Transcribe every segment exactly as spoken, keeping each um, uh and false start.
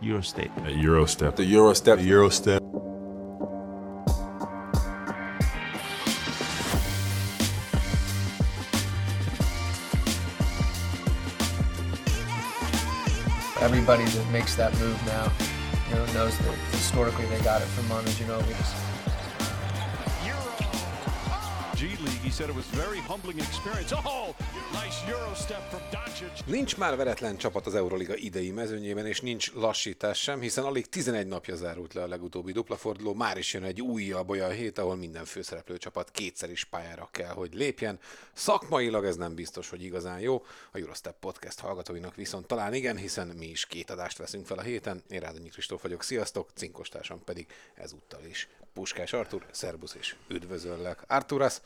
Eurostep. A Eurostep. The Eurostep. The Eurostep. Everybody that makes that move now, you know, knows that historically they got it from Manu Ginobili. G League, he said it was very humbling experience. Oh, nice Euro step from Doncic. Nincs már veretlen csapat az Euroliga idei mezőnyében, és nincs lassítás sem, hiszen alig tizenegy napja zárult le a legutóbbi duplaforduló, már is jön egy újabb olyan hét, ahol minden főszereplő csapat kétszer is pályára kell, hogy lépjen. Szakmailag ez nem biztos, hogy igazán jó, a Eurostep podcast hallgatóinak viszont talán igen, hiszen mi is két adást veszünk fel a héten. Én Rádonyi Kristóf vagyok, sziasztok, cinkostársam pedig ezúttal is Puskás Artur, szerbusz és üdvözöllek. Arturas,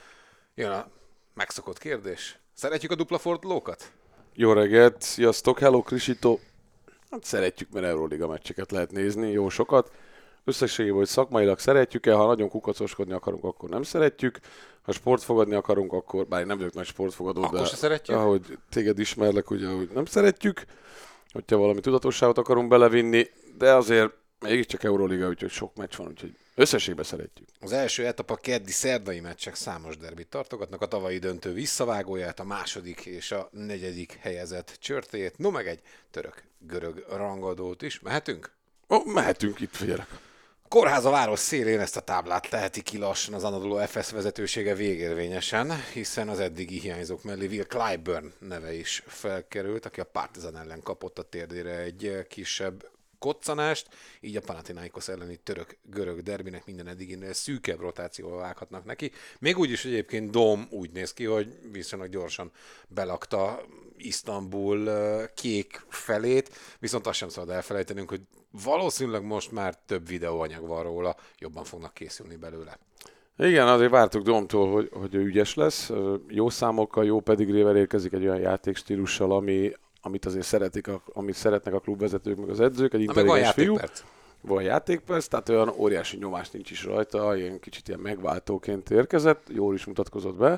jön a megszokott kérdés. Szeretjük a dupla fordulókat? Jó reggelt, sziasztok, hello Krisito. Hát szeretjük, mert Euroliga meccseket lehet nézni, jó sokat. Összességében, hogy szakmailag szeretjük-e, ha nagyon kukacoskodni akarunk, akkor nem szeretjük. Ha sportfogadni akarunk, akkor, bár én nem vagyok nagy sportfogadó, akkor de se szeretjük? Ahogy téged ismerlek, ugye, hogy nem szeretjük. Hogyha valami tudatosságot akarunk belevinni, de azért mégiscsak Euroliga, úgyhogy sok meccs van, úgyhogy összességben szeretjük. Az első etap a keddi szerdai meccsek számos derbit tartogatnak, a tavalyi döntő visszavágóját, a második és a negyedik helyezett csörtéjét, no meg egy török-görög rangadót is. Mehetünk? Ó, mehetünk, itt figyelek. Kórház a város szélén ezt a táblát teheti ki lassan az Anadolu ef es vezetősége végérvényesen, hiszen az eddigi hiányzók mellé Will Clyburn neve is felkerült, aki a Partizan ellen kapott a térdére egy kisebb koccanást, így a Panathinaikos elleni török-görög derbinek minden eddiginél szűkebb rotációval vághatnak neki. Még úgy is egyébként Dóm úgy néz ki, hogy viszonylag gyorsan belakta Isztambul kék felét, viszont azt sem szabad elfelejtenünk, hogy valószínűleg most már több videóanyag van róla, jobban fognak készülni belőle. Igen, azért vártuk Domtól, hogy, hogy ő ügyes lesz. Jó számokkal, jó pedigrével érkezik egy olyan játékstílussal, ami amit azért szeretik, a, amit szeretnek a klubvezetők, meg az edzők, egy intelligens fiú. Van játékperc, tehát olyan óriási nyomás nincs is rajta, ilyen kicsit ilyen megváltóként érkezett, jól is mutatkozott be.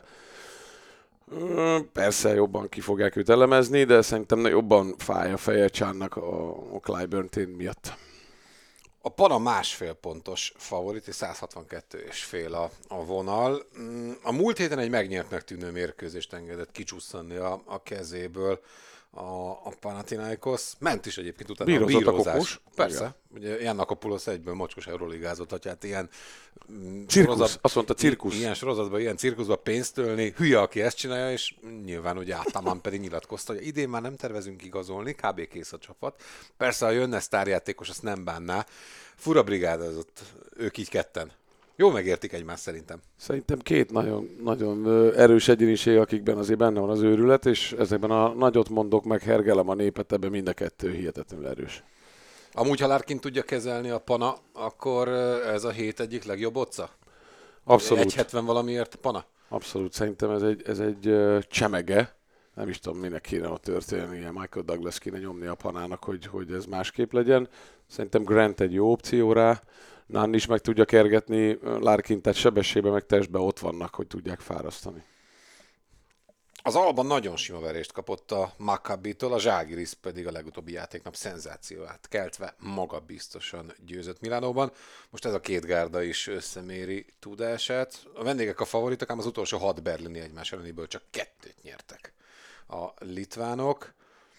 Persze jobban ki fogják őt elemezni, de szerintem jobban fáj a feje Csánnak a, a Clyburn tén miatt. A Pana másfél pontos favorit, és száz hatvankettő és fél a, a vonal. A múlt héten egy megnyertnek tűnő mérkőzést engedett kicsusszanni a, a kezéből a, a Panathinaikos. Ment is egyébként utána Bírozott a bírozás. A kokos. Persze. Igen. Ugye Giannakopoulos egyből mocskos euroligázott, hogy hát ilyen cirkusz, sorozat, azt mondta cirkusz. Ilyen sorozatban, ilyen cirkuszban pénzt tölni, hülye, aki ezt csinálja, és nyilván ugye Ataman pedig nyilatkozta, hogy idén már nem tervezünk igazolni, kb. Kész a csapat. Persze, ha jönne sztárjátékos, azt nem bánná. Fura brigádozott ők így ketten. Jó megértik egymást szerintem. Szerintem két nagyon, nagyon erős egyéniség, akikben azért benne van az őrület, és ezekben a nagyot mondok, meg hergelem a népet, ebben mind a kettő hihetetlenül erős. Amúgy, ha Larkin tudja kezelni a Pana, akkor ez a hét egyik legjobb otca? Abszolút. egy hetven valamiért Pana? Abszolút. Szerintem ez egy, ez egy uh, csemege. Nem is tudom, minek kéne ott történni. Ilyen Michael Douglas kéne nyomni a Panának, hogy, hogy ez másképp legyen. Szerintem Grant egy jó opció rá. Nunn is meg tudja kergetni, Larkin, tehát sebességben meg testben ott vannak, hogy tudják fárasztani. Az Alba nagyon sima verést kapott a Maccabitól, a Žalgiris pedig a legutóbbi játéknap szenzációját keltve magabiztosan győzött Milánóban. Most ez a két gárda is összeméri tudását. A vendégek a favoritok, ám az utolsó hat berlini egymás ellenéből csak kettőt nyertek a litvánok.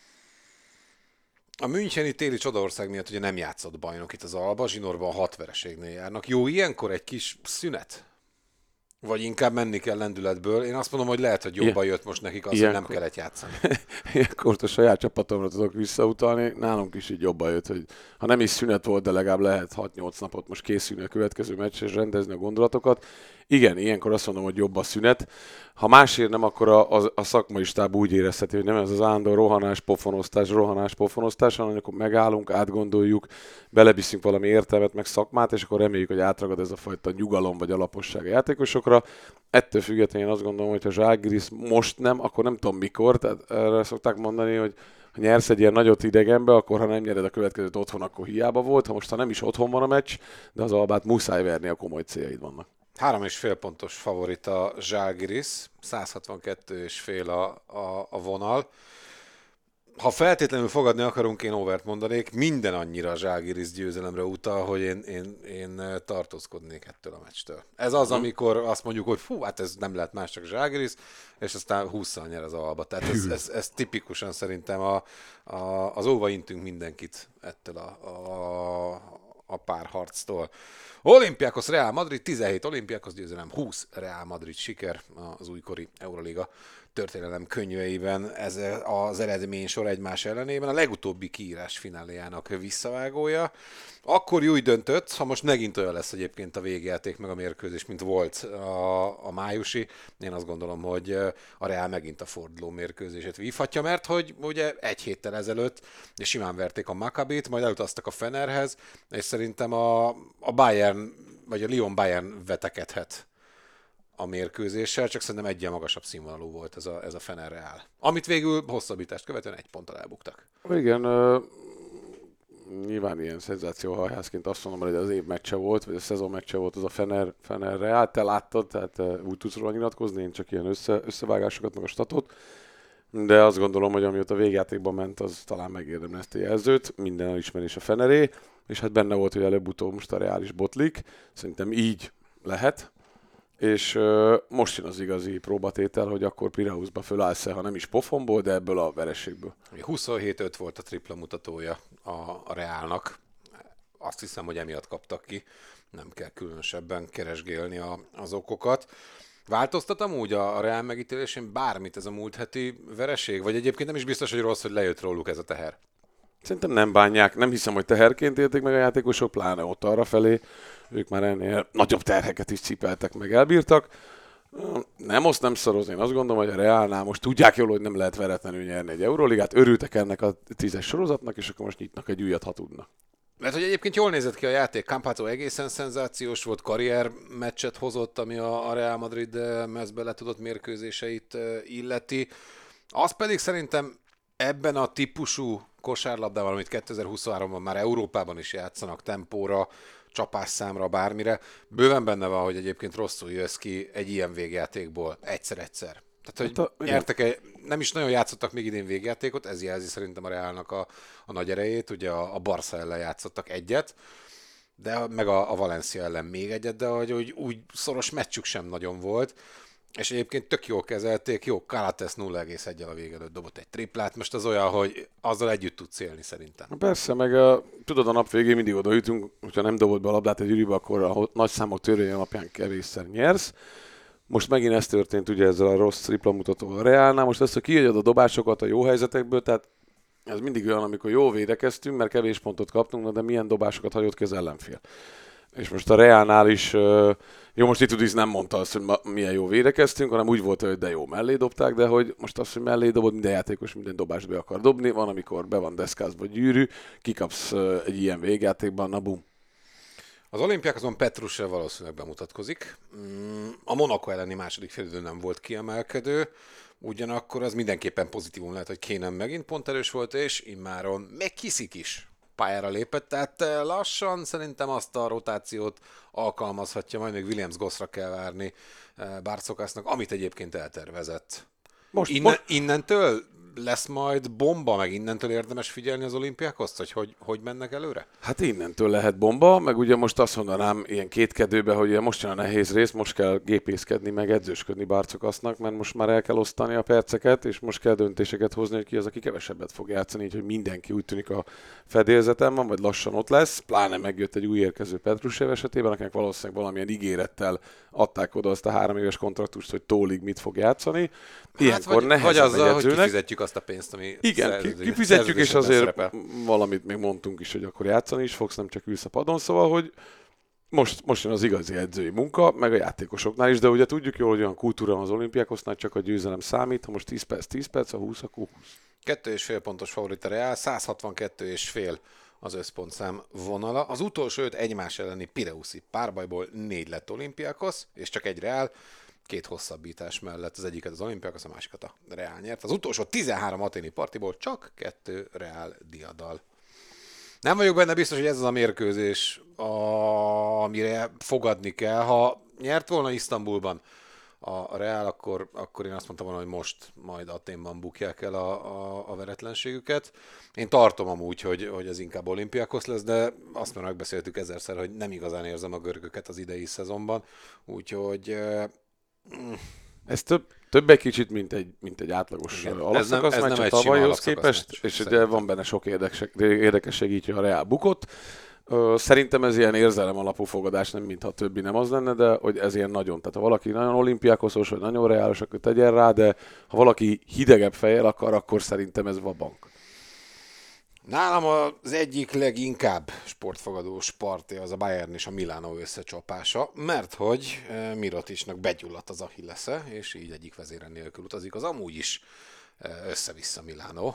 A müncheni téli csodaország miatt ugye nem játszott bajnok itt az Alba, zsinórban hat vereségnél járnak. Jó, ilyenkor egy kis szünet? Vagy inkább menni kell lendületből. Én azt mondom, hogy lehet, hogy jobban jött most nekik az, ilyenkor, hogy nem kellett játszani. Ilyenkor a saját csapatomra tudok visszautalni. Nálunk is így jobban jött, hogy ha nem is szünet volt, de legalább lehet hat-nyolc napot most készülni a következő meccsre és rendezni a gondolatokat. Igen, ilyenkor azt mondom, hogy jobb a szünet. Ha másért nem, akkor a, a, a szakmai stáb úgy érezheti, hogy nem ez az állandó rohanás, pofonosztás, rohanás, pofonosztás, hanem akkor megállunk, átgondoljuk, beleviszünk valami értelmet, meg szakmát, és akkor reméljük, hogy átragad ez a fajta nyugalom vagy alaposság a játékosokra. Ettől függetlenül én azt gondolom, hogy ha Žalgiris most nem, akkor nem tudom mikor, tehát erre szokták mondani, hogy ha nyersz egy ilyen nagyot idegenbe, akkor ha nem nyered a következőt otthon, akkor hiába volt. Ha most ha nem is otthon van a meccs, de az Albát muszáj verni, a komoly céljaid vannak. Három és fél pontos favorit a Žalgiris, száz hatvankettő és fél a, a, a vonal. ha feltétlenül fogadni akarunk, én overt mondanék, minden annyira a Zalgiris győzelemre utal, hogy én, én, én tartózkodnék ettől a meccstől. Ez az, amikor azt mondjuk, hogy fú, hát ez nem lehet más, csak Zalgiris, és aztán hússzal nyer az Alba. Tehát ez, ez, ez tipikusan szerintem a, a, az óva intünk mindenkit ettől a, a, a párharctól. Olympiakos Real Madrid, tizenhét Olympiakos győzelem, húsz Real Madrid siker az újkori Euroliga történelem könyveiben. Ez az eredménysor egymás ellenében a legutóbbi kiírás fináléjának visszavágója. Akkor úgy döntött, ha most megint olyan lesz egyébként a végjáték meg a mérkőzés, mint volt a, a májusi, én azt gondolom, hogy a Real megint a forduló mérkőzését vívhatja, mert hogy ugye egy héttel ezelőtt és simán verték a Maccabit, majd elutaztak a Fenerhez, és szerintem a, a Bayern, vagy a Lyon Bayern vetekedhet a mérkőzéssel, csak szerintem egyen magasabb színvonalú volt ez a, ez a Fener Real. Amit végül hosszabbítást követően egy ponttal elbuktak. Igen, uh, nyilván ilyen szenzációhajhászként azt mondom, hogy az év meccse volt, vagy a szezon meccse volt az a Fener, Fener Real, te láttad, tehát uh, úgy tudsz róla nyilatkozni, én csak ilyen össze, összevágásokat, meg a statot, de azt gondolom, hogy amióta a végjátékban ment, az talán megérdemli ezt a jelzőt, minden elismerés a Feneré, és hát benne volt, hogy előbb-utóbb most a Real is botlik, szerintem így lehet, és uh, most jön az igazi próbatétel, hogy akkor Pireuszba fölállsz-e, ha nem is pofonból, de ebből a vereségből. huszonhét öt volt a tripla mutatója a, a Reálnak. Azt hiszem, hogy emiatt kaptak ki. Nem kell különösebben keresgélni a, az okokat. Változtat amúgy a, a Reál megítélésén bármit ez a múlt heti vereség? Vagy egyébként nem is biztos, hogy rossz, hogy lejött róluk ez a teher? Szerintem nem bánják, nem hiszem, hogy teherként élték meg a játékosok, pláne ott arra felé. Ők már ennél nagyobb terheket is cipeltek, meg elbírtak. Nem azt nem szaroz, én azt gondolom, hogy a Reálnál most tudják jól, hogy nem lehet veretlenül nyerni egy Euroligát, örültek ennek a tízes sorozatnak, és akkor most nyitnak egy újat, ha tudnak. Mert hogy egyébként jól nézett ki a játék, Campazzo egészen szenzációs volt, karrier meccset hozott, ami a Real Madrid mezbe letudott mérkőzéseit illeti. Az pedig szerintem ebben a típusú kosárlabdával, amit kétezer-huszonháromban már Európában is játszanak tempóra, csapásszámra, bármire, bőven benne van, hogy egyébként rosszul jössz ki egy ilyen végjátékból egyszer-egyszer. Tehát, hogy hát a, nyertek, nem is nagyon játszottak még idén végjátékot, ez jelzi szerintem a Reálnak a, a nagy erejét, ugye a, a Barca ellen játszottak egyet, de meg a, a Valencia ellen még egyet, de hogy úgy, úgy szoros meccsük sem nagyon volt, és egyébként tök jól kezelték, jó, Calathes nulla egész egyel a vége előtt dobott egy triplát, most az olyan, hogy azzal együtt tudsz élni szerintem. Persze, meg a, tudod, a nap végén mindig odaütünk, hogyha nem dobod be a labdát egy üribe, akkor a nagy számok törvény alapján kevésszer nyersz. Most megint ez történt ugye ezzel a rossz tripla mutatóval a Reálnál, most ezt, hogy kiadod a dobásokat a jó helyzetekből, tehát ez mindig olyan, amikor jól védekeztünk, mert kevés pontot kaptunk, de milyen dobásokat hagyott ki az ellenfél. És most a Reálnál is, jó, most Itudiz nem mondta azt, hogy ma, milyen jó védekeztünk, hanem úgy volt, hogy de jó, mellé dobták, de hogy most azt, hogy mellé dobod, minden játékos minden dobást be akar dobni, van, amikor be van deszkázva gyűrű, kikapsz egy ilyen végjátékban, na bum. Az Olympiákon Petrusev valószínűleg bemutatkozik. A Monaco elleni második félidő nem volt kiemelkedő, ugyanakkor az mindenképpen pozitívum lehet, hogy Kane megint pont erős volt, és immáron McKissick is pályára lépett, tehát lassan szerintem azt a rotációt alkalmazhatja, majd még Williams Gossra kell várni Barcokásznak, amit egyébként eltervezett. Most, Innen, most... Innentől lesz majd bomba, meg innentől érdemes figyelni az Olympiákoszt, hogy, hogy hogy mennek előre? Hát innentől lehet bomba, meg ugye most azt mondanám ilyen kétkedőbe, hogy ugye most jön a nehéz rész, most kell gépészkedni, meg edzősködni Barcokasznak, mert most már el kell osztani a perceket, és most kell döntéseket hozni, hogy ki az, aki kevesebbet fog játszani, így hogy mindenki úgy tűnik a fedélzeten van, vagy lassan ott lesz, pláne megjött egy új érkező Petrusev esetében, akinek valószínűleg valamilyen ígérettel adták oda azt a három éves kontraktust, hogy tólig mit fog játszani. Ilyenkor hát, vagy, vagy azzal, hogy kifizetjük azt a pénzt, ami igen, szerződés, kifizetjük, és azért szerepel. Valamit még mondtunk is, hogy akkor játszani is fogsz, nem csak ülsz a padon, szóval, hogy most, most jön az igazi edzői munka, meg a játékosoknál is, de ugye tudjuk jól, hogy olyan kultúra van az Olympiákosnál, csak a győzelem számít, ha most tíz perc, tíz perc, a húsz, akkor húsz. Kettő és fél pontos favorit a Real, száz hatvankettő és fél az összpontszám vonala. Az utolsó öt egymás elleni pireuszi párbajból négy lett Olympiakos, és csak egy Real, két hosszabbítás mellett az egyiket az Olympiakos, a másikat a Real nyert. Az utolsó tizenhárom aténi partiból csak kettő Real diadal. Nem vagyok benne biztos, hogy ez az a mérkőzés, amire fogadni kell. Ha nyert volna Isztambulban a Real, akkor, akkor én azt mondtam volna, hogy most majd Athénban bukják el a, a, a veretlenségüket. Én tartom amúgy, hogy, hogy ez inkább Olympiakos lesz, de azt már megbeszéltük ezerszer, hogy nem igazán érzem a görögöket az idei szezonban, úgyhogy... Uh, Ez több, több egy kicsit, mint egy, mint egy átlagos igen, alapszakasz ez nem, ez meccs nem a tavalyhoz meccs, képest, és szerintem. ugye van benne sok érdekes, érdekesség így, hogy a Real bukott. Szerintem ez ilyen érzelem alapú fogadás, nem mintha a többi nem az lenne, de hogy ez ilyen nagyon. Tehát ha valaki nagyon olimpiákoszos, vagy nagyon reálos, akkor tegyen rá, de ha valaki hidegebb fejjel akar, akkor szerintem ez vabank. Nálam az egyik leginkább sportfogadós parti az a Bayern és a Milánó összecsapása, mert hogy Miroticsnak begyulladt az Achillesze, és így egyik vezére nélkül utazik. Az amúgy is össze-vissza Milánó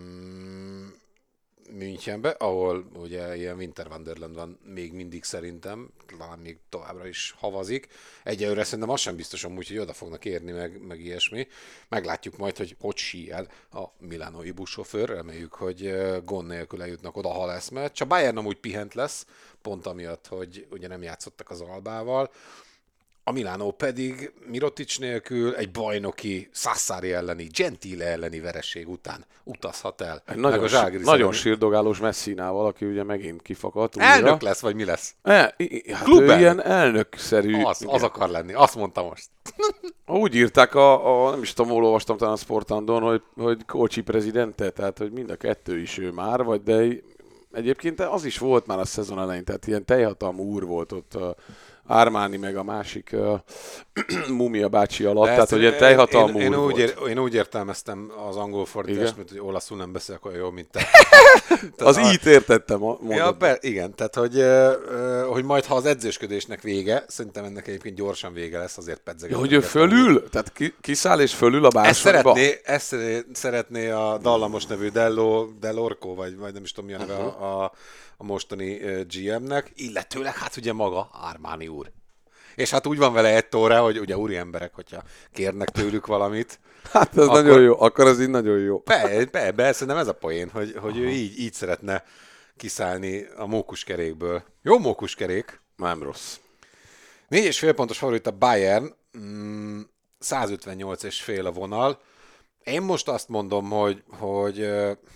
Münchenbe, ahol ugye ilyen Winter Wonderland van még mindig szerintem, talán még továbbra is havazik. Egyelőre szerintem az sem biztos amúgy, hogy oda fognak érni, meg, meg ilyesmi. Meglátjuk majd, hogy hogy síel a milánói buszsofőr, reméljük, hogy gond nélkül eljutnak oda, ha lesz meccs. A Bayern amúgy pihent lesz, pont amiatt, hogy ugye nem játszottak az Albával. A Milánó pedig Mirotics nélkül egy bajnoki Sassari elleni, Gentile elleni vereség után utazhat el. Egy nagyon, a nagyon szerint... sírdogálós Messinával, aki ugye megint kifakadt. Elnök újra. lesz, vagy mi lesz? E, hát ő ilyen elnökszerű. Az, az akar lenni, azt mondta most. Úgy írták, a, a, nem is tudom, hol olvastam talán a Sportandon, hogy, hogy Kocsi prezidente, tehát hogy mind a kettő is ő már, vagy de egyébként az is volt már a szezon elején, tehát ilyen teljhatalmú úr volt ott a Armani meg a másik uh, Mumia bácsi alatt, de tehát hogy ilyen teljhatalmú én, én, úr úgy volt. ér, én úgy értelmeztem az angol fordítást, mint hogy olaszul nem beszélek olyan jól, mint te. Az így értettem a mondatban. Ja, be, igen, tehát hogy, hogy majd ha az edzősködésnek vége, szerintem ennek egyébként gyorsan vége lesz, azért pedzeget. Ja, hogy ő fölül? Tehát ki, kiszáll és fölül a bársonyba? Ezt szeretné, ezt szeretné a dallamos nevű Dello, Dell'Orco, vagy, vagy nem is tudom mi a neve uh-huh. a, a mostani gé em-nek, illetőleg hát ugye maga Armani úr. És hát úgy van vele egy tóra, hogy ugye úri emberek, hogyha kérnek tőlük valamit. Hát ez akkor, nagyon jó, akkor ez így nagyon jó. Be, be, be szerintem ez a poén, hogy, hogy ő így, így szeretne kiszállni a mókuskerékből. Jó mókuskerék. Nem rossz. Négy és fél pontos favorit a Bayern, mm, százötvennyolc és fél a vonal. Én most azt mondom, hogy, hogy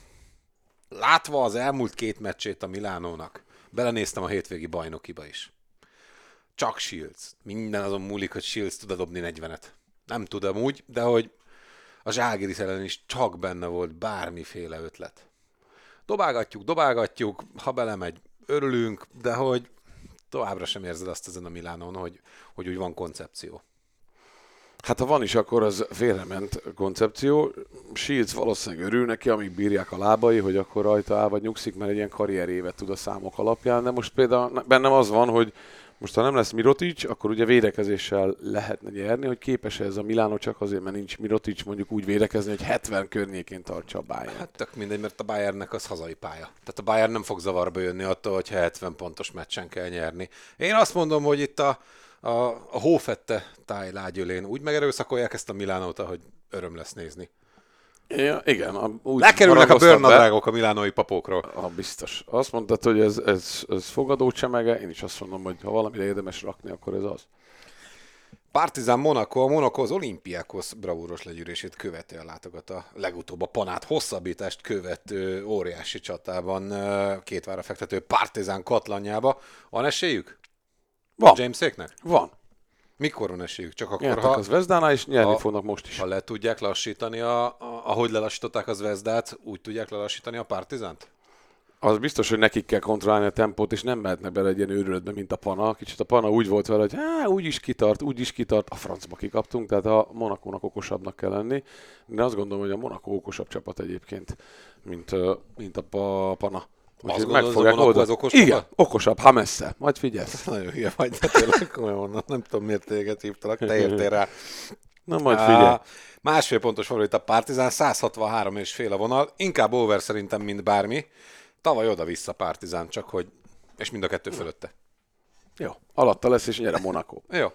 látva az elmúlt két meccsét a Milánónak, belenéztem a hétvégi bajnokiba is. Csak Shields. Minden azon múlik, hogy Shields tud dobni negyvenet. Nem tudom úgy, de hogy a Zságiris ellen is csak benne volt bármiféle ötlet. Dobálgatjuk, dobálgatjuk, ha belemegy, örülünk, de hogy továbbra sem érzed azt ezen a Milánón, hogy, hogy úgy van koncepció. Hát ha van is, akkor az félrement koncepció. Shields valószínűleg örül neki, amíg bírják a lábai, hogy akkor rajta áll vagy nyugszik, mert egy ilyen karrierévet tud a számok alapján. De most például bennem az van, hogy most ha nem lesz Mirotics, akkor ugye védekezéssel lehetne nyerni, hogy képes ez a Milánó csak azért, mert nincs Mirotics, mondjuk úgy védekezni, hogy hetven környékén tartsa a Bayern. Hát tök mindegy, mert a Bayernnek az hazai pálya. Tehát a Bayern nem fog zavarba jönni attól, hogy hetven pontos meccsen kell nyerni. Én azt mondom, hogy itt a, a, a hófette tájlágyölén úgy megerőszakolják ezt a Milánót, ahogy öröm lesz nézni. Ja, igen. A, úgy lekerülnek a bőrnadrágok a milánói papókról. A biztos. Azt mondtad, hogy ez, ez, ez fogadó csemege, én is azt mondom, hogy ha valamire érdemes rakni, akkor ez az. Partizan Monaco, a Monaco az Olympiakos bravúros legyűrését követően látogat a legutóbb a Panát hosszabbítást követő óriási csatában két vára fektető Partizan Katlanjába. Van esélyük? Van. Jameséknek? Van. Mikor van esélyük? Csak akkor, nyertek ha... az Zvezdánál, és nyerni ha, fognak most is. Ha le tudják lassítani, a, a, ahogy lelassították az Zvezdát, úgy tudják lelassítani a Partizant? Az biztos, hogy nekik kell kontrollálni a tempót, és nem mehetnek bele egy ilyen őrületbe, mint a Pana. Kicsit a Pana úgy volt vele, hogy há, úgy is kitart, úgy is kitart, a francba kikaptunk, tehát a Monakónak okosabbnak kell lenni. De azt gondolom, hogy a Monaco okosabb csapat egyébként, mint, mint a Pana. Azt gondolod, hogy a Monaco az okosabb? Igen, okosabb, ha messze. Majd figyelsz. Nagyon hülye vagy, de tényleg komolyan, nem tudom miért téged hívtalak, te értél rá. Na majd figyelj. Másfél pontos favorit a Partizan, száz hatvanhárom és fél a vonal, inkább over szerintem, mint bármi. Tavaly oda-vissza Partizan, csak hogy, és mind a kettő fölötte. Jó, alatta lesz, és nyer a Monaco. Jó.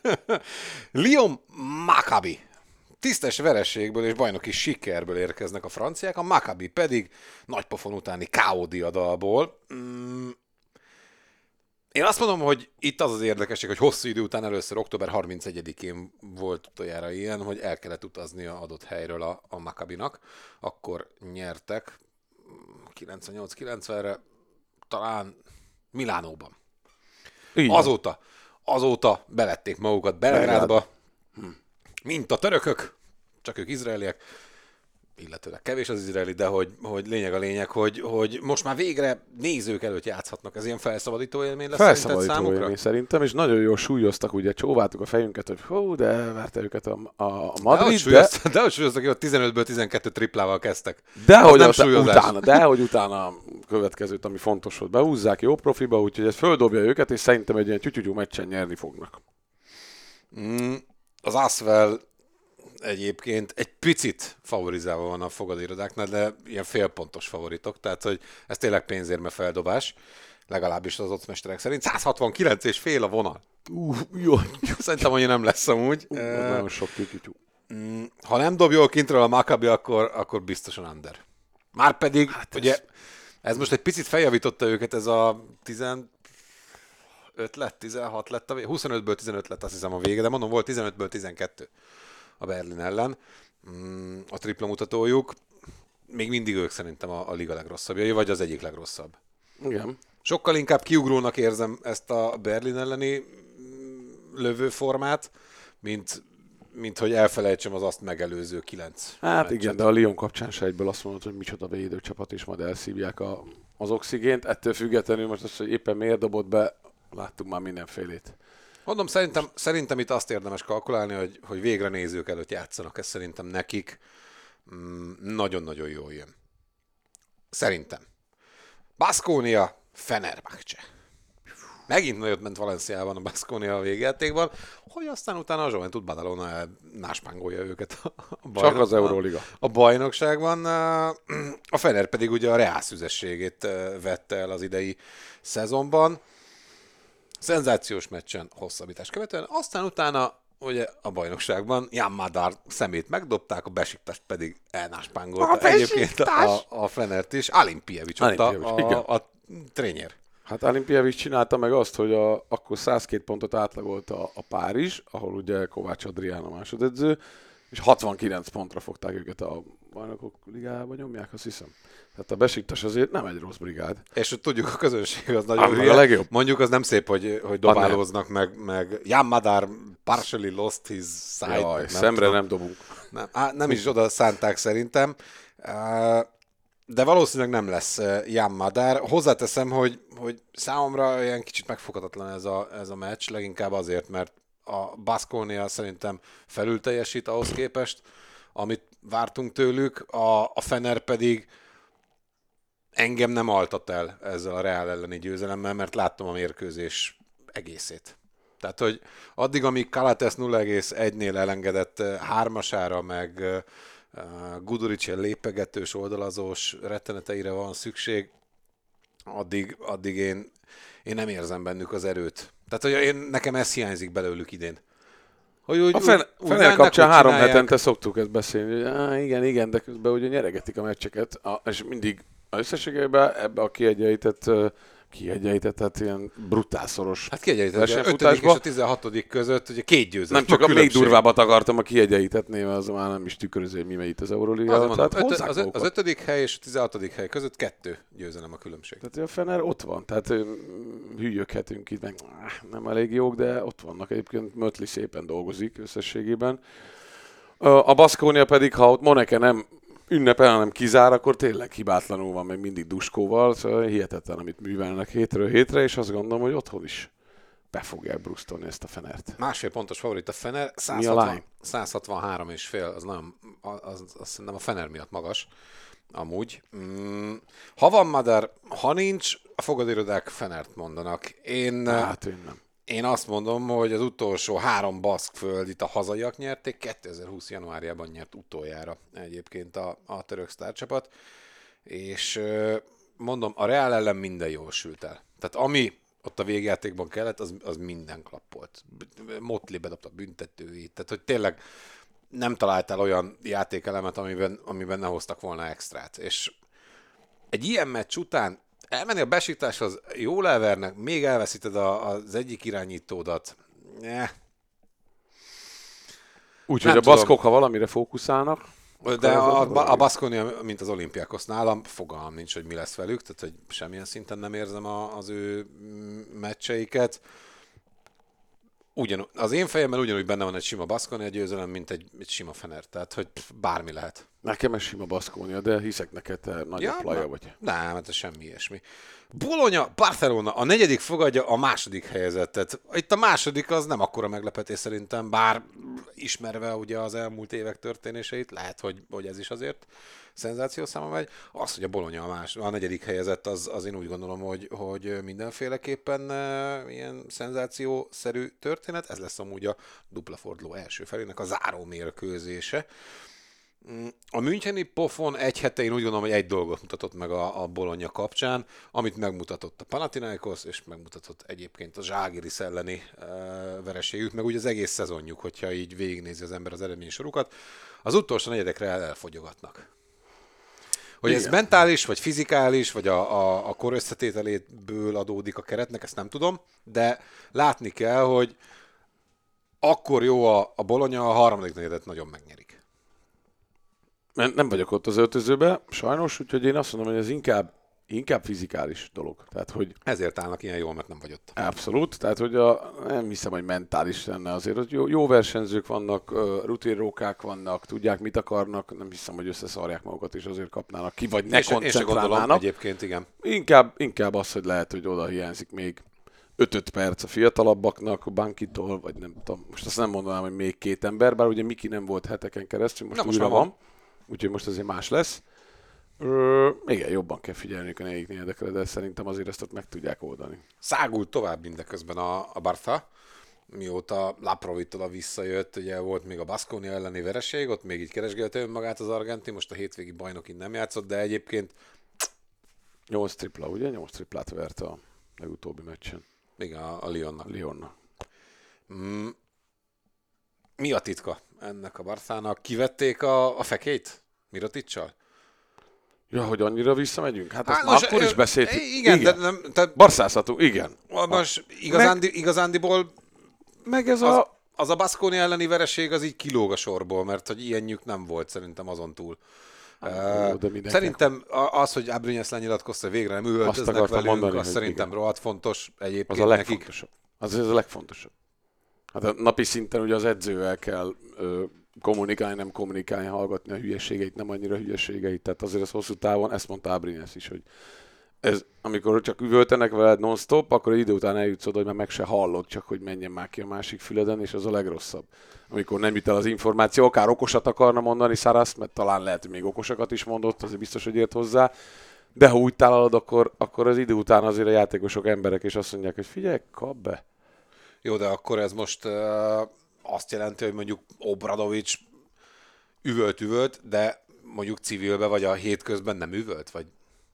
Lyon Maccabi. Tisztes vereségből és bajnoki sikerből érkeznek a franciák, a Maccabi pedig nagypofon utáni ká ó diadalból. Mm, Én azt mondom, hogy itt az az érdekesség, hogy hosszú idő után először október harmincegyedikén volt utoljára ilyen, hogy el kellett utazni a adott helyről a, a Maccabinak. Akkor nyertek kilencvennyolc kilencvenre, talán Milánóban. Így. Azóta, azóta bevették magukat Belgrádba, mint a törökök, csak ők izraeliek, illetőleg kevés az izraeli, de hogy, hogy lényeg a lényeg, hogy, hogy most már végre nézők előtt játszhatnak. Ez ilyen felszabadító élmény lesz Felszabadító számukra? élmény szerintem, és nagyon jól súlyoztak, ugye csóváltuk a fejünket, hogy hú, de várta őket a, a, a Madrid, de... De, de hogy súlyoztak, hogy ott tizenötből tizenkettő triplával kezdtek. De Az hogy nem ott, súlyozás. utána, de hogy utána a következőt, ami fontos volt, behúzzák jó profiba, úgyhogy ez földobja őket, és szerintem egy ilyen tyutyutyú meccsen nyerni fognak. Mm, az Asvel egyébként egy picit favorizálva van a fogadóirodáknál, de ilyen félpontos favoritok, tehát hogy ez tényleg pénzérme feldobás, legalábbis az ottmesterek szerint. száz hatvankilenc és fél a vonal. Uh, jó. Szerintem annyi nem lesz amúgy. Uh, Uh, nagyon sok tyutyutyú. mm, ha nem dob jól kintről a Maccabi, akkor, akkor biztosan under. Márpedig, hát ugye, ez... ez most egy picit feljavította őket, ez a tizenöt lett, tizenhat lett, a vége, huszonötből tizenöt lett azt hiszem a vége, de mondom, volt tizenötből tizenkettő a Berlin ellen. Mm, a tripla mutatójuk. Még mindig ők szerintem a, a liga legrosszabbjai, vagy az egyik legrosszabb. Igen. Sokkal inkább kiugrónak érzem ezt a Berlin elleni lövőformát, mint, mint hogy elfelejtsem az azt megelőző kilenc Hát meccset. igen, de a Lyon kapcsán se egyből azt mondod, hogy micsoda védőcsapat, és majd elszívják a, az oxigént. Ettől függetlenül most az, hogy éppen miért dobott be, láttuk már mindenfélét. Mondom, szerintem, szerintem itt azt érdemes kalkulálni, hogy, hogy végre nézők előtt játszanak. Ez szerintem nekik mm, nagyon-nagyon jól jön. Szerintem. Baskonia, Fenerbahce. Megint nagyot ment Valenciában a Baskonia a végjátékban, hogy aztán utána a Juventud Badalona náspángolja őket a, bajnok, Csak az Euróliga. a, a bajnokságban. A Fener pedig ugye a Reál szüzességét vette el az idei szezonban. Szenzációs meccsen hosszabbítás követően, aztán utána ugye a bajnokságban Jan Madar szemét megdobták, a Besiktas pedig elnáspángolta A egyébként a, a Fenert is. Alimpievics ott a, Alimpievics, a, a trénér. Hát Alimpievics csinálta meg azt, hogy a, akkor százkettő pontot átlagolta a, a Párizs, ahol ugye Kovács Adrián a másodedző, és hatvankilenc pontra fogták őket a bajnokok ligájába nyomják, azt hiszem. Tehát a Besiktas azért nem egy rossz brigád. És hogy tudjuk, a közönség az nagyon hülye. A legjobb. Mondjuk az nem szép, hogy, hogy dobálóznak, meg, meg Jan Madar partially lost his side. Jaj, nem szemre tudom. nem dobunk. Nem, á, nem is oda szánták szerintem, de valószínűleg nem lesz Jan Madar. Hozzáteszem, hogy, hogy számomra ilyen kicsit megfoghatatlan ez a, ez a meccs, leginkább azért, mert a Baskonia szerintem felül teljesít ahhoz képest, amit vártunk tőlük, a, a Fener pedig engem nem altat el ezzel a Real elleni győzelemmel, mert láttam a mérkőzés egészét. Tehát, hogy addig, amíg Kalates nulla egész egynél elengedett hármasára, meg uh, Guduric lépegetős, oldalazós retteneteire van szükség, addig, addig én, én nem érzem bennük az erőt. Tehát, hogy én, nekem ez hiányzik belőlük idén. Hogy úgy, A Fener, úgy, Fener kapcsán három csinálják. hetente szoktuk ezt beszélni, hogy á, igen, igen, de közben ugye nyeregetik a meccseket, a, és mindig összességében ebbe a kiegyenlített, kiegyenlített, tehát ilyen brutálszoros Hát kiegyenlített, a ötödik versenyfutásba. és a tizenhatodik között ugye két győzelem. Nem csak a még különbség. durvábbat akartam a kiegyenlítetnél, mert az már nem is tükröző, hogy mi megy itt az Euróliga. Azért mondom, Tehát öt, hozzák az, magukat. az ötödik hely és a tizenhatodik hely között kettő győzelem a különbség. Tehát a Fener ott van, tehát ö, hülyöghetünk itt, meg áh, nem elég jók, de ott vannak egyébként, Mötli szépen dolgozik összességében. A Baskonia pedig, ha ott Moneke nem ünnepel, hanem kizár, akkor tényleg hibátlanul van, meg mindig duskóval, szóval hihetetlen, amit művelnek hétről hétre, és azt gondolom, hogy otthon is be fogják brusztolni ezt a Fenert. Másfél pontos favorit a Fener, Mi a line? száz hatvanhárom és fél, az nagyon, az, az, az szerintem a Fener miatt magas, amúgy. Mm, ha van Madar, ha nincs, a fogadóirodák Fenert mondanak. Én, Hát én nem. én azt mondom, hogy az utolsó három baszkföld itt a hazaiak nyerték, kétezer-húsz januárjában nyert utoljára egyébként a, a török sztárcsapat, és mondom, a Real ellen minden jól sült el. Tehát ami ott a végjátékban kellett, az, az minden klappolt. Motley bedobta büntetőit, tehát hogy tényleg nem találtál olyan játékelemet, amiben, amiben ne hoztak volna extrát. És egy ilyen meccs után elmenni a Besiktashoz, jól elvernek, még elveszíted a, az egyik irányítódat. Eh. Úgyhogy a baszkok, ha valamire fókuszálnak, de a, a Baskonia, mint az Olympiakos nálam, fogalmam nincs, hogy mi lesz velük, tehát hogy semmilyen szinten nem érzem a, az ő meccseiket. Ugyan, az én fejemben ugyanúgy benne van egy sima Baskonia győzelem, mint egy, egy sima Fener, tehát hogy pff, bármi lehet. Nekem ez sima Baskonia, de hiszek neked, te nagyobb ja, plaja vagy. Nem, hát ez semmi ilyesmi. Bologna, Barcelona, a negyedik fogadja a második helyezettet. Itt a második az nem akkora meglepetés szerintem, bár ismerve ugye az elmúlt évek történéseit, lehet, hogy, hogy ez is azért szenzáció száma megy. Az, hogy a Bologna a, más, a negyedik helyezett, az, az én úgy gondolom, hogy, hogy mindenféleképpen e, ilyen szenzációszerű történet. Ez lesz amúgy a dupla forduló első felének a záró mérkőzése. A müncheni pofon egy hete én úgy gondolom, hogy egy dolgot mutatott meg a, a Bologna kapcsán, amit megmutatott a Panathinaikos, és megmutatott egyébként a Žalgiris elleni e, vereségük, meg úgy az egész szezonjuk, hogyha így végignézi az ember az eredménysorukat, az utolsó negyedekre el, elfogyogatnak. Hogy igen. Ez mentális, vagy fizikális, vagy a, a, a kor összetételéből adódik a keretnek, ezt nem tudom, de látni kell, hogy akkor jó a, a Bologna, a harmadik negyedet nagyon megnyerik. Nem vagyok ott az öltözőben, sajnos, úgyhogy én azt mondom, hogy ez inkább, inkább fizikális dolog. Tehát, hogy ezért állnak ilyen jól, mert nem vagy ott. Abszolút, tehát hogy a, nem hiszem, hogy mentális lenne azért, hogy jó, jó versenyzők vannak, rutinrókák vannak, tudják, mit akarnak, nem hiszem, hogy összeszarják magukat, és azért kapnának ki, vagy ne koncentrálnának. Egyébként, igen. Inkább, inkább az, hogy lehet, hogy oda hiányzik még öt perc a fiatalabbaknak, a Bankitól, vagy nem tudom, most azt nem mondanám, hogy még két ember, bár ugye Miki nem volt heteken keresztül, most, most újra van. van. Úgyhogy most azért más lesz. Ö, igen, jobban kell figyelni a negyedik negyedekre, de szerintem azért ezt ott meg tudják oldani. Szágult tovább mindeközben a, a Barca, mióta Laprovittola visszajött, ugye volt még a Baskonia elleni vereség, ott még így keresgélte önmagát az argentin, most a hétvégi bajnokin nem játszott, de egyébként... Nyolc tripla, ugye? Nyolc triplát vert a legutóbbi meccsen. Igen, a, a Lyonnak. Lyonnak. Mm. Mi a titka ennek a Barszának? Kivették a, a fekélyt Miroticsal? Ja, hogy annyira visszamegyünk? Hát Há, most akkor is beszéltünk. Igen, igen. De nem, te... Barszázhatunk, igen. Most igazándi, meg... igazándiból meg ez az, a... az a Baskonia elleni vereség az így kilóg a sorból, mert hogy ilyenjük nem volt szerintem azon túl. Ah, uh, szerintem az, hogy Abrines lenyilatkozta, végre nem üvöltöznek velünk, mondani, az szerintem igen. Rohadt fontos egyébként az a legfontosabb. Az az a legfontosabb. Hát a napi szinten ugye az edzővel kell ö, kommunikálni, nem kommunikálni, hallgatni a hülyeségeit, nem annyira hülyeségeit. Tehát azért az hosszú távon, ezt mondta Abrines is, hogy ez, amikor csak üvöltenek veled non-stop, akkor idő után eljutsz oda, hogy már meg se hallod, csak hogy menjen már ki a másik füleden, és az a legrosszabb. Amikor nem jut el az információ, akár okosat akarna mondani Saras, mert talán lehet, hogy még okosakat is mondott, azért biztos, hogy ért hozzá. De ha úgy tálalod, akkor, akkor az idő után azért a játékosok emberek, és azt mondják, hogy figyelj, kap be. Jó, de akkor ez most uh, azt jelenti, hogy mondjuk Obradovics üvölt-üvölt, de mondjuk civilbe vagy a hétközben nem üvölt, vagy?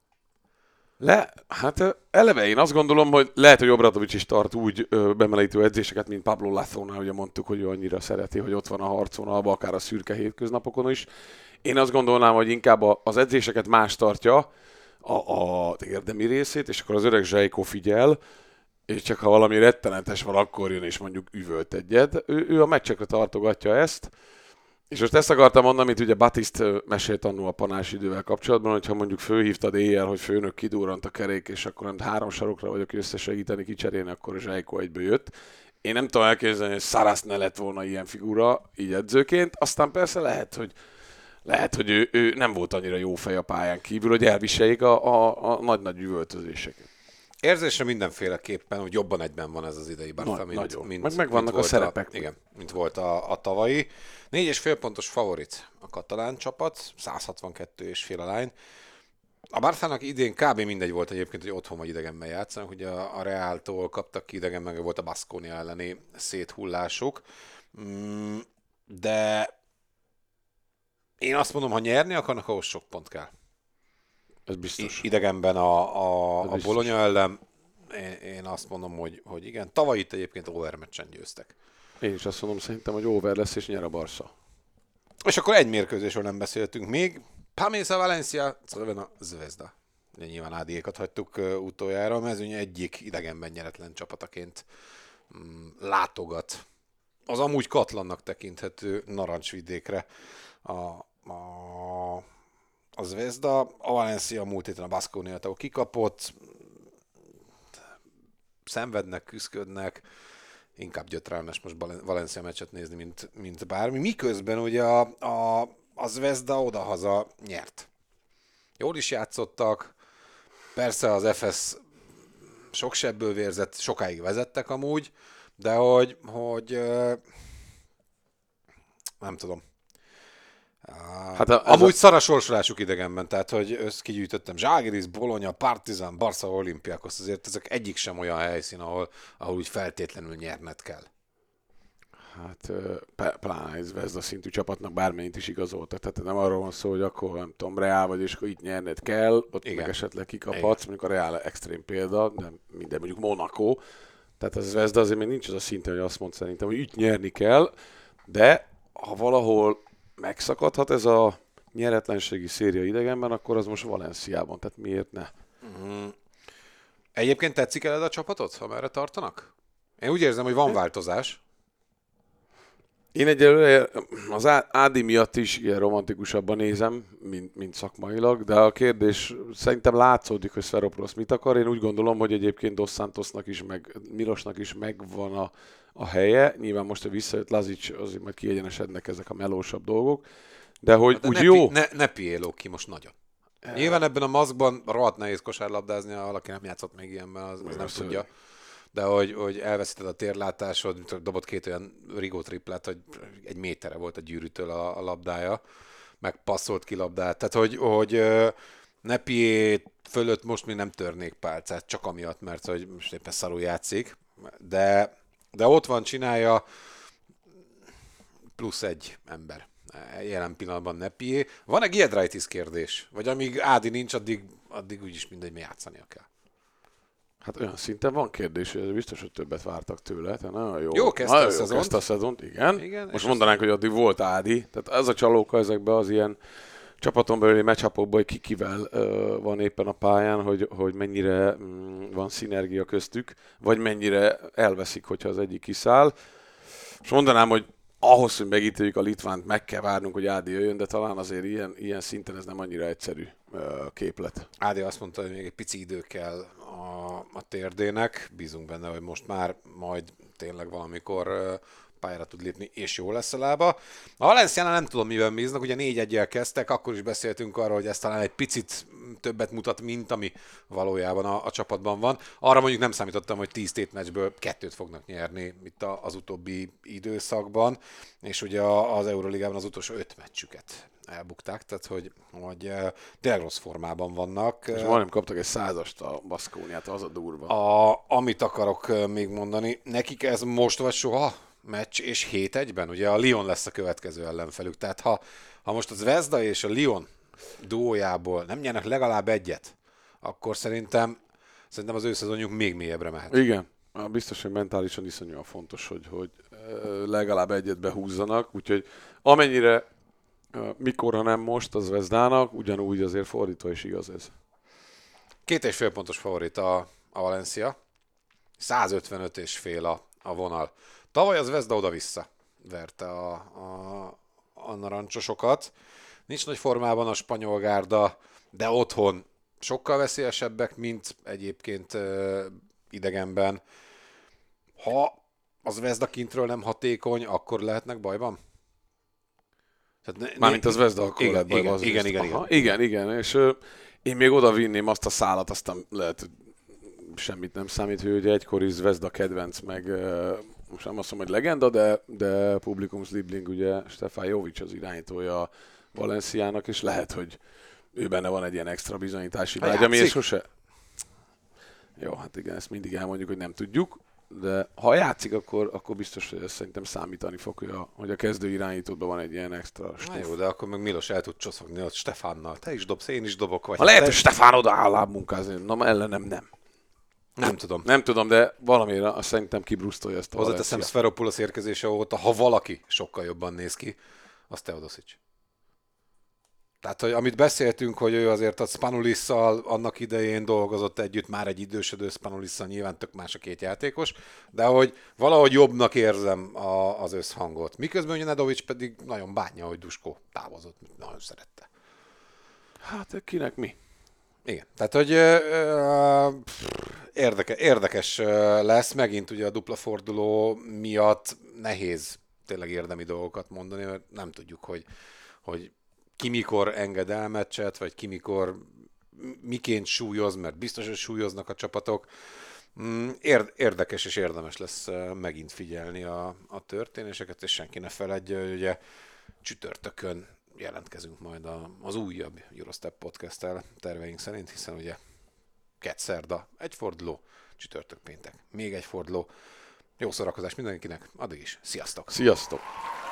Le, hát eleve én azt gondolom, hogy lehet, hogy Obradovics is tart úgy ö, bemelegítő edzéseket, mint Pablo Lazónál, ugye mondtuk, hogy ő annyira szereti, hogy ott van a harcvonalban, akár a szürke hétköznapokon is. Én azt gondolnám, hogy inkább a, az edzéseket más tartja, a, a érdemi részét, és akkor az öreg Zsejko figyel, és csak ha valami rettenetes van, akkor jön és mondjuk üvölt egyet. Ő, ő a meccsekre tartogatja ezt, és most ezt akartam mondani, amit ugye Batist mesélt annól a panás idővel kapcsolatban, hogyha mondjuk fölhívtad éjjel, hogy főnök kidurrant a kerék, és akkor nem három sarokra vagyok összesegíteni, kicserélni, akkor Zsejko egyből jött. Én nem tudom elképzelni, hogy Saras ne lett volna ilyen figura, így edzőként, aztán persze lehet, hogy Lehet, hogy ő, ő nem volt annyira jó fej a pályán kívül, hogy elviseljék a, a, a nagy-nagy üvöltözéseket. Érzésre mindenféleképpen, hogy jobban egyben van ez az idei Barca, mint, nagyon. mint, meg megvannak mint a szerepek. A, igen, mint volt a, a tavalyi. Négy és fél pontos favorit a katalán csapat, száz hatvankettő és fél a line. A Barszának idén kb. Mindegy volt egyébként, hogy otthon vagy idegenben játszanak. Ugye a, a Reáltól kaptak ki idegenben, meg volt a Baskonia elleni széthullásuk. Mm, de én azt mondom, ha nyerni akarnak, ahhoz sok pont kell. Ez biztos. Idegenben a, a, a Bologna ellen, én, én azt mondom, hogy, hogy igen. Tavaly itt egyébként overmeccsen győztek. Én is azt mondom, szerintem, hogy over lesz és nyer a Barca. És akkor egy mérkőzésről nem beszéltünk még. Pamesa Valencia, Crvena Zvezda. nyilván Ádiékat hagytuk utoljára, a mezőny egyik idegenben nyeretlen csapataként mm, látogat az amúgy katlannak tekinthető Narancsvidékre a, a, a Zvezda. A Valencia múlt héten a Baskonia-tól kikapott, szenvednek, küszködnek, inkább gyötrelmes most Valencia meccset nézni, mint, mint bármi. Miközben ugye a, a, a Zvezda odahaza nyert. Jól is játszottak, persze az ef es sok sebből vérzett, sokáig vezettek amúgy, de hogy, hogy nem tudom. Hát a, amúgy a... szar a sorsolásuk idegenben, tehát hogy ezt kigyűjtöttem. Zságiris, Bologna, Partizan, Barca, Olimpiakos, azért ezek egyik sem olyan helyszín, ahol, ahol úgy feltétlenül nyerned kell. Hát pláne ez Zvezda szintű csapatnak bármennyit is igazoltak. Tehát nem arról van szó, hogy akkor nem tudom, Reál vagy, és akkor itt nyerned kell, ott igen, meg esetleg kikaphatsz, mondjuk a Reál extrém példa, de minden mondjuk Monaco. Tehát az Zvezda azért még nincs az a szinten, hogy azt mond szerintem, hogy itt nyerni kell, de ha valahol megszakadhat ez a nyeretlenségi széria idegenben, akkor az most Valenciában, tehát miért ne? Mm. Egyébként tetszik el a csapatot, ha merre tartanak? Én úgy érzem, hogy van változás. Én egyelőre az Ádi miatt is ilyen romantikusabban nézem, mint, mint szakmailag, de a kérdés szerintem látszódik, hogy Sfairopoulos mit akar. Én úgy gondolom, hogy egyébként Dos Santosnak is, meg Milosnak is megvan a, a helye. Nyilván most, hogy visszajött Lazic, azért majd kiegyenesednek ezek a melósabb dolgok. De hogy de úgy ne jó... Pi, ne, ne piéló ki most nagyon. Nyilván ebben a maszkban rohadt nehéz kosárlabdázni, ha valaki nem játszott még ilyenben, az, az nem tudja. De hogy, hogy elveszíted a térlátásod, dobott két olyan rigó triplát, hogy egy méterre volt a gyűrűtől a, a labdája, meg passzolt ki labdát. Tehát, hogy, hogy Nepié fölött most még nem törnék pálcát, csak amiatt, mert hogy most éppen szarul játszik. De, de ott van, csinálja, plusz egy ember. Jelen pillanatban Nepié. Van-e Giedraitis kérdés? Vagy amíg Ádi nincs, addig, addig úgyis mindegy, mi játszania kell. Hát olyan szinten van kérdés, hogy biztos, hogy többet vártak tőle. Tehát nagyon jó, jó kezdte nagyon a szezont. Jó kezdte a szezont, igen. igen most mondanánk, hogy addig volt Ádi. Tehát ez a csalóka ezekben az ilyen csapaton belüli matchupokban, hogy ki kivel uh, van éppen a pályán, hogy, hogy mennyire um, van szinergia köztük, vagy mennyire elveszik, hogyha az egyik kiszáll. És mondanám, hogy ahhoz, hogy megítéljük a Litvánt, meg kell várnunk, hogy Ádi jöjjön, de talán azért ilyen, ilyen szinten ez nem annyira egyszerű uh, képlet. Ádi azt mondta, hogy még egy pici idő kell a, a térdének. Bízunk benne, hogy most már majd tényleg valamikor uh, pályára tud lépni, és jó lesz a lába. A Valenciánál nem tudom, miben bíznak, ugye négy egyel kezdtek, akkor is beszéltünk arról, hogy ez talán egy picit többet mutat, mint ami valójában a, a csapatban van. Arra mondjuk nem számítottam, hogy tíz tétmeccsből kettőt fognak nyerni itt a, az utóbbi időszakban, és ugye az Euroligában az utolsó öt meccsüket elbukták, tehát hogy, hogy tényleg rossz formában vannak. És majdnem kaptak egy százast a Baskóniát, az a durva. A, amit akarok még mondani, nekik ez most vagy soha meccs, és hét egyben, ugye a Lyon lesz a következő ellenfelük, tehát ha, ha most az Zvezda és a Lyon duójából nem nyernek legalább egyet, akkor szerintem, szerintem az ő szezonjuk még mélyebbre mehet. Igen, biztos, hogy mentálisan iszonyúan fontos, hogy, hogy legalább egyet behúzzanak, úgyhogy amennyire mikor, ha nem most az Zvezdának, ugyanúgy azért fordítva is igaz ez. Két és fél pontos favorit a, a Valencia, százötvenöt és fél a, a vonal. Tavaly az Zvezda oda-vissza verte a, a, a narancsosokat. Nincs nagy formában a spanyol gárda, de otthon sokkal veszélyesebbek, mint egyébként ö, idegenben. Ha az Zvezda kintről nem hatékony, akkor lehetnek bajban? Tehát Mármint az Zvezda akkor igen, lehet bajban. Igen, igen, igen, igen. igen, igen, és ö, én még oda vinném azt a szálat, aztán lehet, semmit nem számít, hogy egykori Zvezda kedvenc, meg ö, most nem azt mondom, hogy legenda, de, de Publikumsliebling, ugye Stefan Jovic az irányítója Valenciának, és lehet, hogy ő benne van egy ilyen extra bizonyítási vágy, ami sose... Jó, hát igen, ezt mindig elmondjuk, hogy nem tudjuk, de ha játszik, akkor, akkor biztos, hogy ezt szerintem számítani fog, hogy a, hogy a kezdő irányítóban van egy ilyen extra Na jó, de akkor meg Milos el tud csoszogni ott Stefánnal. Te is dobsz, én is dobok. Vagy ha lehet, te... hogy Stefán oda áll lábmunkázni, na ellenem nem. Nem tudom. Nem tudom, de valamire azt szerintem kibrusztolja ezt a Valencia. Hozzáteszem, Sfairopoulos érkezése óta, ha valaki sokkal jobban néz ki, az Teodosic. Tehát, hogy amit beszéltünk, hogy ő azért a Spanulisszal annak idején dolgozott együtt, már egy idősödő Spanulisszal, nyilván tök más a két játékos, de hogy valahogy jobbnak érzem a, az összhangot. Miközben ugye Nedovics pedig nagyon bánja, hogy Duskó távozott, nagyon szerette. Hát kinek mi? Igen, tehát hogy ö, érdeke, érdekes lesz, megint ugye a dupla forduló miatt nehéz tényleg érdemi dolgokat mondani, mert nem tudjuk, hogy, hogy ki mikor enged el meccset, vagy ki mikor miként súlyoz, mert biztos, hogy súlyoznak a csapatok. Érdekes és érdemes lesz megint figyelni a, a történéseket, és senki ne feledje, hogy ugye csütörtökön jelentkezünk majd az újabb Eurostep podcast-tel terveink szerint, hiszen ugye kedd szerda egy forduló, csütörtök péntek még egy forduló. Jó szórakozás mindenkinek, addig is, sziasztok! Sziasztok!